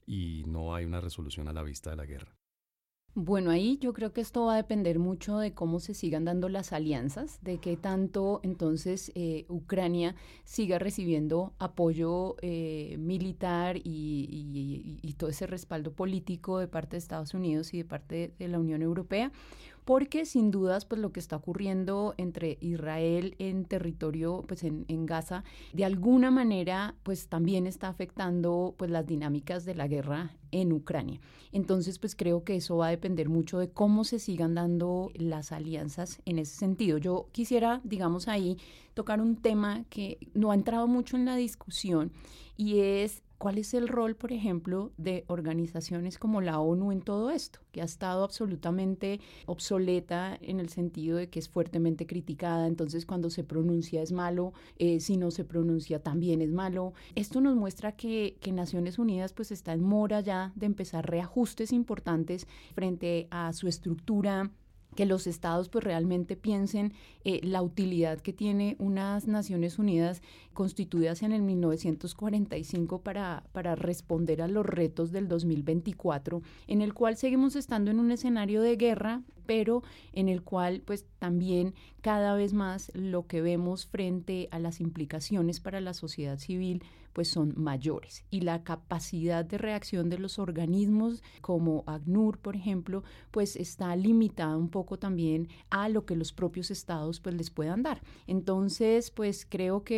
y no hay una resolución a la vista de la guerra? Bueno, ahí yo creo que esto va a depender mucho de cómo se sigan dando las alianzas, de qué tanto entonces eh, Ucrania siga recibiendo apoyo eh, militar y, y, y todo ese respaldo político de parte de Estados Unidos y de parte de, de la Unión Europea, porque sin dudas pues lo que está ocurriendo entre Israel en territorio, pues en, en Gaza, de alguna manera pues también está afectando pues las dinámicas de la guerra en Ucrania. Entonces pues creo que eso va a depender mucho de cómo se sigan dando las alianzas en ese sentido. Yo quisiera, digamos ahí, tocar un tema que no ha entrado mucho en la discusión y es ¿cuál es el rol, por ejemplo, de organizaciones como la ONU en todo esto? Que ha estado absolutamente obsoleta en el sentido de que es fuertemente criticada, entonces cuando se pronuncia es malo, eh, si no se pronuncia también es malo. Esto nos muestra que, que Naciones Unidas pues está en mora ya de empezar reajustes importantes frente a su estructura, que los estados pues realmente piensen eh, la utilidad que tiene unas Naciones Unidas constituidas en el mil novecientos cuarenta y cinco para, para responder a los retos del dos mil veinticuatro, en el cual seguimos estando en un escenario de guerra, pero en el cual pues también cada vez más lo que vemos frente a las implicaciones para la sociedad civil pues son mayores y la capacidad de reacción de los organismos como ACNUR, por ejemplo, pues está limitada un poco también a lo que los propios estados pues les puedan dar. Entonces, pues creo que esto es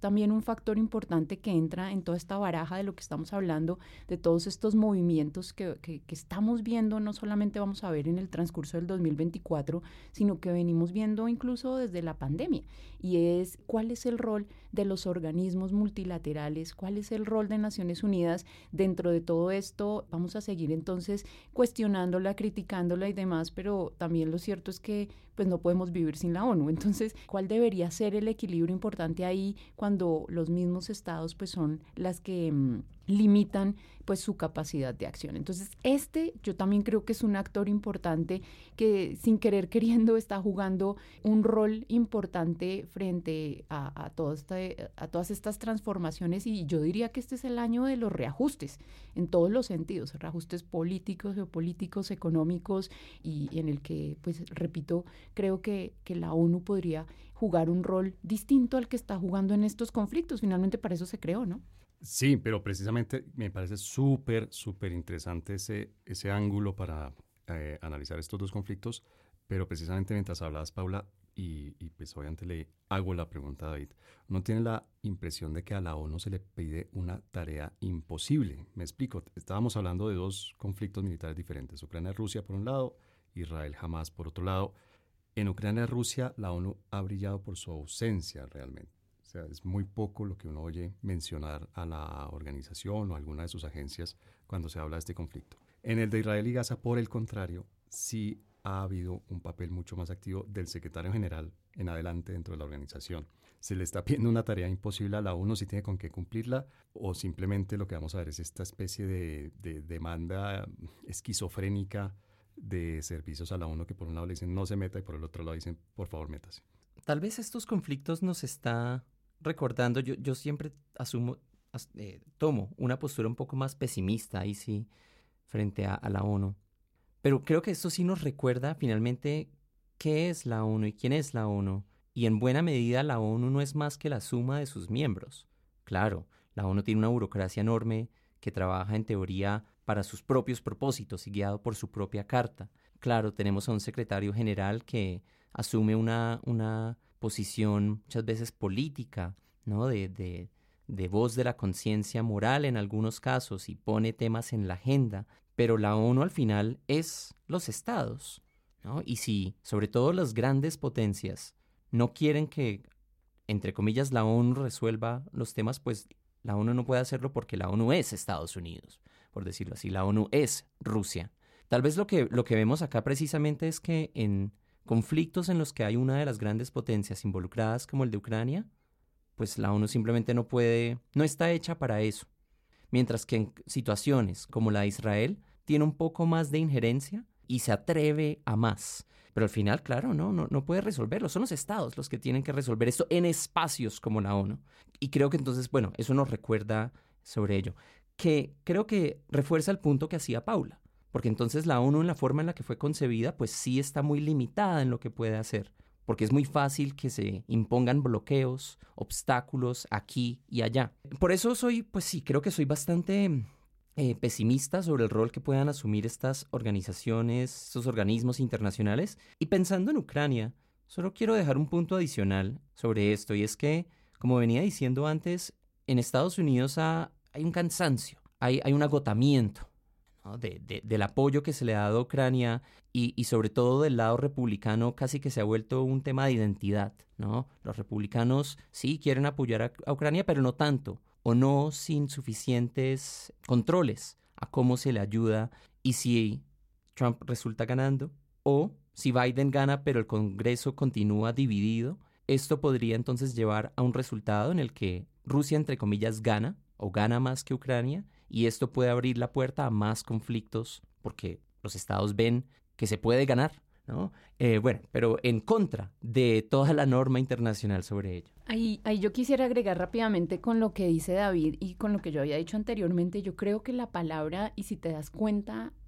también un factor importante que entra en toda esta baraja de lo que estamos hablando, de todos estos movimientos que, que, que estamos viendo, no solamente vamos a ver en el transcurso del dos mil veinticuatro, sino que venimos viendo incluso desde la pandemia, y es cuál es el rol de los organismos multilaterales, cuál es el rol de Naciones Unidas dentro de todo esto. Vamos a seguir entonces cuestionándola, criticándola y demás, pero también lo cierto es que pues no podemos vivir sin la ONU. Entonces, ¿cuál debería ser el equilibrio importante ahí cuando los mismos estados pues son las que mmm, limitan pues su capacidad de acción? Entonces, este yo también creo que es un actor importante que sin querer queriendo está jugando un rol importante frente a, a, todo este, a todas estas transformaciones, y yo diría que este es el año de los reajustes en todos los sentidos, reajustes políticos, geopolíticos, económicos, y, y en el que, pues repito, creo que, que la ONU podría jugar un rol distinto al que está jugando en estos conflictos. Finalmente para eso se creó, ¿no? Sí, pero precisamente me parece súper, súper interesante ese, ese ángulo para eh, analizar estos dos conflictos, pero precisamente mientras hablabas, Paula, y, y pues obviamente le hago la pregunta a David, ¿no tiene la impresión de que a la ONU se le pide una tarea imposible? Me explico, estábamos hablando de dos conflictos militares diferentes, Ucrania-Rusia por un lado, Israel-Hamás por otro lado. En Ucrania-Rusia la ONU ha brillado por su ausencia realmente. O sea, es muy poco lo que uno oye mencionar a la organización o a alguna de sus agencias cuando se habla de este conflicto. En el de Israel y Gaza, por el contrario, sí ha habido un papel mucho más activo del secretario general en adelante dentro de la organización. ¿Se le está pidiendo una tarea imposible a la ONU si tiene con qué cumplirla? ¿O simplemente lo que vamos a ver es esta especie de, de demanda esquizofrénica de servicios a la ONU que por un lado le dicen no se meta y por el otro lado dicen por favor métase? Tal vez estos conflictos nos está recordando, yo, yo siempre asumo, as, eh, tomo una postura un poco más pesimista ahí sí, frente a, a la ONU. Pero creo que esto sí nos recuerda finalmente qué es la ONU y quién es la ONU. Y en buena medida la ONU no es más que la suma de sus miembros. Claro, la ONU tiene una burocracia enorme que trabaja en teoría para sus propios propósitos y guiado por su propia carta. Claro, tenemos a un secretario general que asume una, una posición muchas veces política, ¿no? de, de, de voz de la conciencia moral en algunos casos y pone temas en la agenda, pero la ONU al final es los estados, ¿no? Y si sobre todo las grandes potencias no quieren que, entre comillas, la ONU resuelva los temas, pues la ONU no puede hacerlo porque la ONU es Estados Unidos, por decirlo así, la ONU es Rusia. Tal vez lo que, lo que vemos acá precisamente es que en conflictos en los que hay una de las grandes potencias involucradas como el de Ucrania, pues la ONU simplemente no puede, no está hecha para eso. Mientras que en situaciones como la de Israel tiene un poco más de injerencia y se atreve a más. Pero al final, claro, no, no, no puede resolverlo. Son los estados los que tienen que resolver esto en espacios como la ONU. Y creo que entonces, bueno, eso nos recuerda sobre ello. Que creo que refuerza el punto que hacía Paula. Porque entonces la ONU en la forma en la que fue concebida, pues sí está muy limitada en lo que puede hacer. Porque es muy fácil que se impongan bloqueos, obstáculos aquí y allá. Por eso soy, pues sí, creo que soy bastante eh, pesimista sobre el rol que puedan asumir estas organizaciones, estos organismos internacionales. Y pensando en Ucrania, solo quiero dejar un punto adicional sobre esto. Y es que, como venía diciendo antes, en Estados Unidos ha, hay un cansancio, hay, hay un agotamiento, ¿no? De, de, del apoyo que se le ha dado a Ucrania y, y sobre todo del lado republicano casi que se ha vuelto un tema de identidad, ¿no? Los republicanos sí quieren apoyar a, a Ucrania, pero no tanto, o no sin suficientes controles a cómo se le ayuda y si Trump resulta ganando, o si Biden gana pero el Congreso continúa dividido, esto podría entonces llevar a un resultado en el que Rusia, entre comillas, gana o gana más que Ucrania, y esto puede abrir la puerta a más conflictos porque los estados ven que se puede ganar, ¿no? Eh, bueno, pero en contra de toda la norma internacional sobre ello. Ahí, ahí yo quisiera agregar rápidamente con lo que dice David y con lo que yo había dicho anteriormente. Yo creo que la palabra, y si te das cuenta,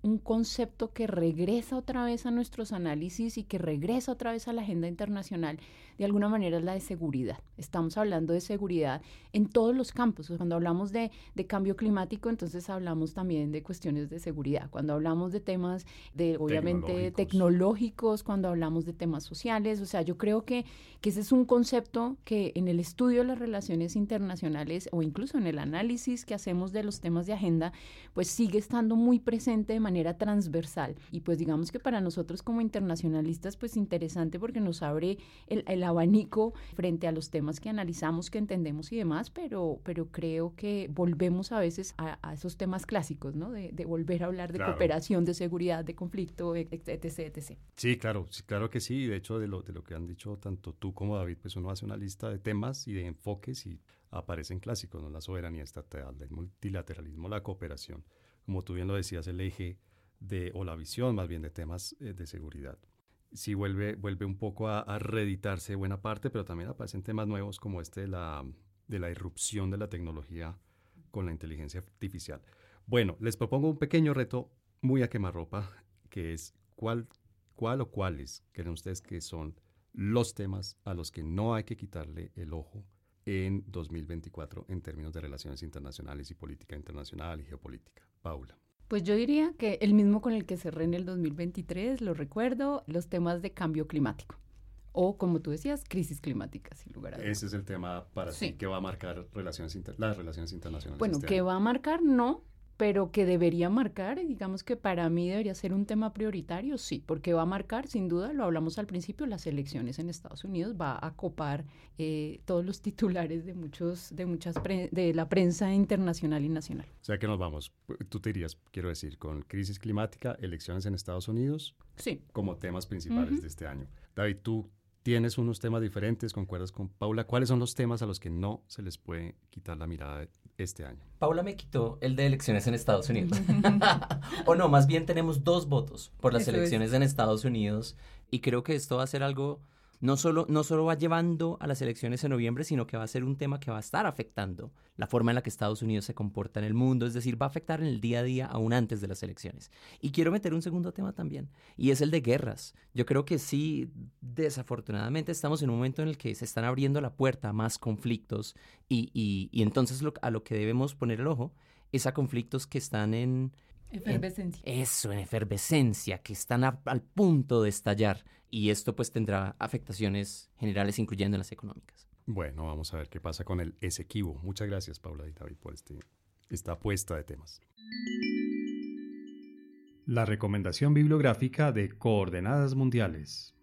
un concepto que regresa otra vez a nuestros análisis y que regresa otra vez a la agenda internacional, de alguna manera es la de seguridad. Estamos hablando de seguridad en todos los campos. Cuando hablamos de, de cambio climático, entonces hablamos también de cuestiones de seguridad. Cuando hablamos de temas de, obviamente, tecnológicos, tecnológicos cuando hablamos de temas sociales, o sea, yo creo que, que ese es un concepto que en el estudio de las relaciones internacionales o incluso en el análisis que hacemos de los temas de agenda, pues sigue estando muy presente de manera transversal. Y pues digamos que para nosotros como internacionalistas, pues interesante porque nos abre el, el abanico frente a los temas que analizamos, que entendemos y demás, pero, pero creo que volvemos a veces a, a esos temas clásicos, ¿no? De, de volver a hablar de claro. cooperación, de seguridad, de conflicto, etc, etc. Sí, claro, sí, claro que sí. De hecho, de lo, de lo que han dicho tanto tú como David, pues uno hace una lista de temas y de enfoques y aparecen clásicos, ¿no? La soberanía estatal, el multilateralismo, la cooperación. Como tú bien lo decías, el eje de, o la visión más bien de temas eh, de seguridad. Sí vuelve, vuelve un poco a, a reeditarse buena parte, pero también aparecen temas nuevos como este de la, de la irrupción de la tecnología con la inteligencia artificial. Bueno, les propongo un pequeño reto muy a quemarropa, que es cuál, cuál o cuáles creen ustedes que son los temas a los que no hay que quitarle el ojo en dos mil veinticuatro en términos de relaciones internacionales y política internacional y geopolítica. Paula. Pues yo diría que el mismo con el que cerré en el dos mil veintitrés, lo recuerdo, los temas de cambio climático. O, como tú decías, crisis climática, sin lugar a dudas. Ese es el tema para sí. ti que va a marcar relaciones inter- las relaciones internacionales. Bueno, este que año. va a marcar, no, pero que debería marcar, digamos que para mí debería ser un tema prioritario, sí, porque va a marcar, sin duda, lo hablamos al principio, las elecciones en Estados Unidos, va a copar eh, todos los titulares de muchos, de muchas pre- de la prensa internacional y nacional. O sea que nos vamos, tú te irías, quiero decir, con crisis climática, elecciones en Estados Unidos, sí, como temas principales uh-huh. de este año. David, tú tienes unos temas diferentes, ¿concuerdas con Paula? ¿Cuáles son los temas a los que no se les puede quitar la mirada este año? Paula me quitó el de elecciones en Estados Unidos. O no, más bien tenemos dos votos por las Eso elecciones es. en Estados Unidos y creo que esto va a ser algo, no solo, no solo va llevando a las elecciones en noviembre, sino que va a ser un tema que va a estar afectando la forma en la que Estados Unidos se comporta en el mundo, es decir, va a afectar en el día a día aún antes de las elecciones. Y quiero meter un segundo tema también, y es el de guerras. Yo creo que sí, desafortunadamente estamos en un momento en el que se están abriendo la puerta a más conflictos y, y, y entonces lo, a lo que debemos poner el ojo es a conflictos que están en... Efervescencia. En, eso, en efervescencia, que están a, al punto de estallar. Y esto pues tendrá afectaciones generales, incluyendo en las económicas. Bueno, vamos a ver qué pasa con el Esequibo. Muchas gracias, Paula y David, por este, esta apuesta de temas. La recomendación bibliográfica de Coordenadas Mundiales.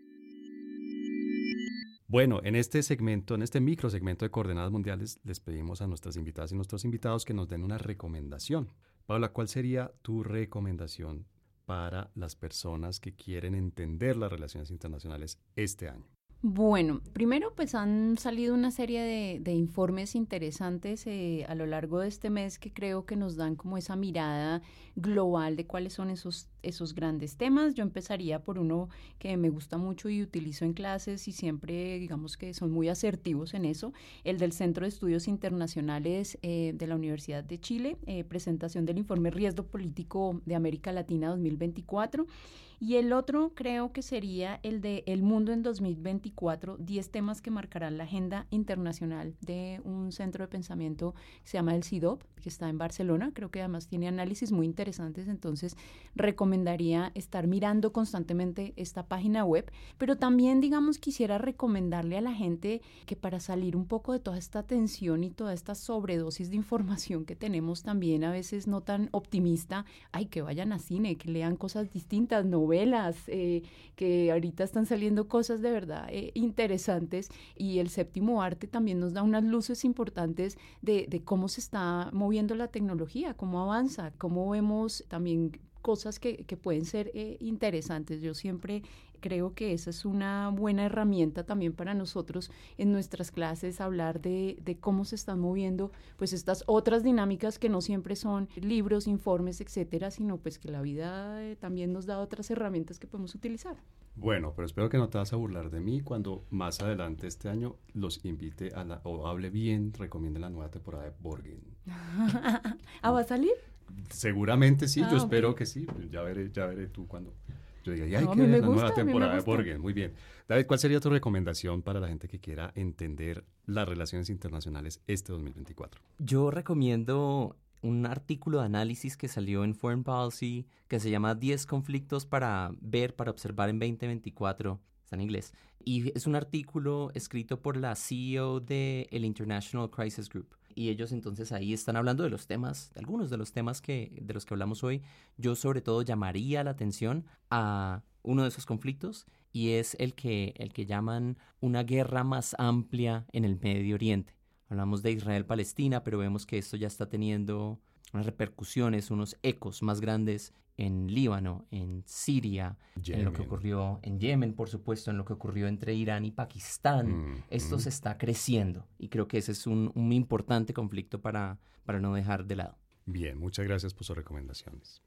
Bueno, en este segmento, en este micro segmento de Coordenadas Mundiales, les pedimos a nuestras invitadas y nuestros invitados que nos den una recomendación. Paula, ¿cuál sería tu recomendación para las personas que quieren entender las relaciones internacionales este año? Bueno, primero pues han salido una serie de, de informes interesantes eh, a lo largo de este mes que creo que nos dan como esa mirada global de cuáles son esos, esos grandes temas. Yo empezaría por uno que me gusta mucho y utilizo en clases y siempre digamos que son muy asertivos en eso, el del Centro de Estudios Internacionales eh, de la Universidad de Chile, eh, presentación del informe Riesgo Político de América Latina dos mil veinticuatro. Y el otro creo que sería el de El Mundo en dos mil veinticuatro, diez temas que marcarán la agenda internacional de un centro de pensamiento que se llama el C I D O P, que está en Barcelona. Creo que además tiene análisis muy interesantes, entonces recomendaría estar mirando constantemente esta página web. Pero también, digamos, quisiera recomendarle a la gente que para salir un poco de toda esta tensión y toda esta sobredosis de información que tenemos también a veces no tan optimista, ay, que vayan a cine, que lean cosas distintas, novelas, eh, que ahorita están saliendo cosas de verdad eh, interesantes, y el séptimo arte también nos da unas luces importantes de, de cómo se está moviendo la tecnología, cómo avanza, cómo vemos también cosas que, que pueden ser eh, interesantes. Yo siempre creo que esa es una buena herramienta también para nosotros en nuestras clases, hablar de, de cómo se están moviendo pues estas otras dinámicas que no siempre son libros, informes, etcétera, sino pues que la vida eh, también nos da otras herramientas que podemos utilizar. Bueno, pero espero que no te vas a burlar de mí cuando más adelante este año los invite a la, o hable bien, recomiende la nueva temporada de Borgen. ¿Ah, va a salir? Seguramente sí, Ah, yo ok. espero que sí. Ya veré, ya veré tú cuando yo diga, ya hay No, a que mí me ver la gusta, nueva a mí me temporada de gusta. Borgen. Muy bien. David, ¿cuál sería tu recomendación para la gente que quiera entender las relaciones internacionales este dos mil veinticuatro? Yo recomiendo un artículo de análisis que salió en Foreign Policy que se llama diez conflictos para ver, para observar en veinte veinticuatro. Está en inglés. Y es un artículo escrito por la C E O de el International Crisis Group. Y ellos entonces ahí están hablando de los temas, de algunos de los temas que, de los que hablamos hoy. Yo sobre todo llamaría la atención a uno de esos conflictos y es el que, el que llaman una guerra más amplia en el Medio Oriente. Hablamos de Israel-Palestina, pero vemos que esto ya está teniendo unas repercusiones, unos ecos más grandes en Líbano, en Siria, Yemen. en lo que ocurrió en Yemen, por supuesto, en lo que ocurrió entre Irán y Pakistán. Mm, Esto mm. se está creciendo y creo que ese es un, un importante conflicto para, para no dejar de lado. Bien, muchas gracias por sus recomendaciones.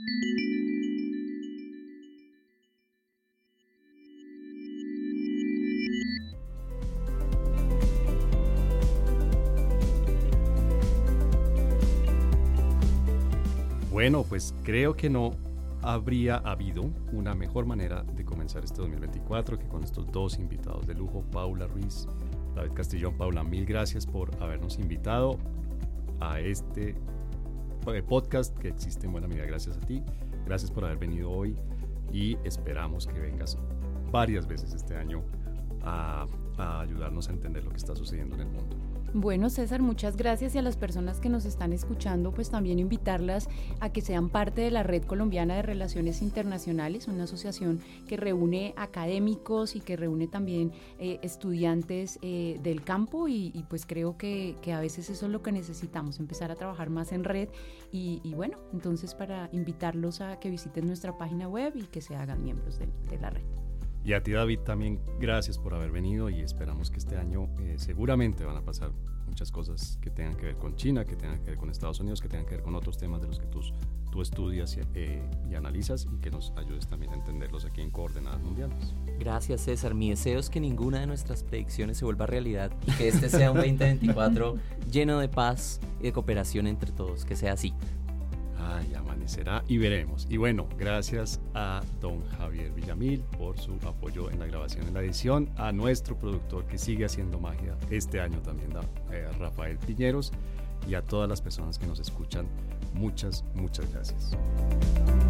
Bueno, pues creo que no habría habido una mejor manera de comenzar este dos mil veinticuatro que con estos dos invitados de lujo, Paula Ruiz, David Castellón. Paula, mil gracias por habernos invitado a este podcast que existe en buena medida gracias a ti. Gracias por haber venido hoy y esperamos que vengas varias veces este año a, a ayudarnos a entender lo que está sucediendo en el mundo. Bueno, César, muchas gracias, y a las personas que nos están escuchando, pues también invitarlas a que sean parte de la Red Colombiana de Relaciones Internacionales, una asociación que reúne académicos y que reúne también eh, estudiantes eh, del campo y, y pues creo que, que a veces eso es lo que necesitamos, empezar a trabajar más en red y, y bueno, entonces para invitarlos a que visiten nuestra página web y que se hagan miembros de, de la red. Y a ti, David, también gracias por haber venido y esperamos que este año eh, seguramente van a pasar muchas cosas que tengan que ver con China, que tengan que ver con Estados Unidos, que tengan que ver con otros temas de los que tú, tú estudias y, eh, y analizas y que nos ayudes también a entenderlos aquí en Coordenadas Mundiales. Gracias, César. Mi deseo es que ninguna de nuestras predicciones se vuelva realidad y que este sea un veinte veinticuatro lleno de paz y de cooperación entre todos, que sea así. Ay, amanecerá y veremos. Y bueno, gracias a don Javier Villamil por su apoyo en la grabación y la edición, a nuestro productor que sigue haciendo magia este año también, eh, Rafael Piñeros, y a todas las personas que nos escuchan. Muchas, muchas gracias.